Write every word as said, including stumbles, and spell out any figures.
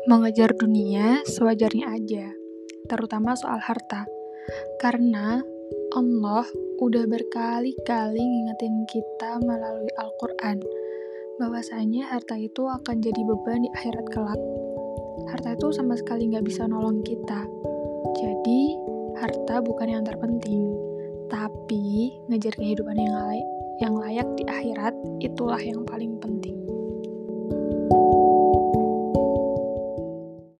Mengejar dunia sewajarnya aja, terutama soal harta. Karena Allah udah berkali-kali ngingetin kita melalui Al-Quran bahwasanya harta itu akan jadi beban di akhirat kelak. Harta itu sama sekali nggak bisa nolong kita. Jadi, harta bukan yang terpenting, tapi ngejar kehidupan yang layak, yang layak di akhirat itulah yang paling penting.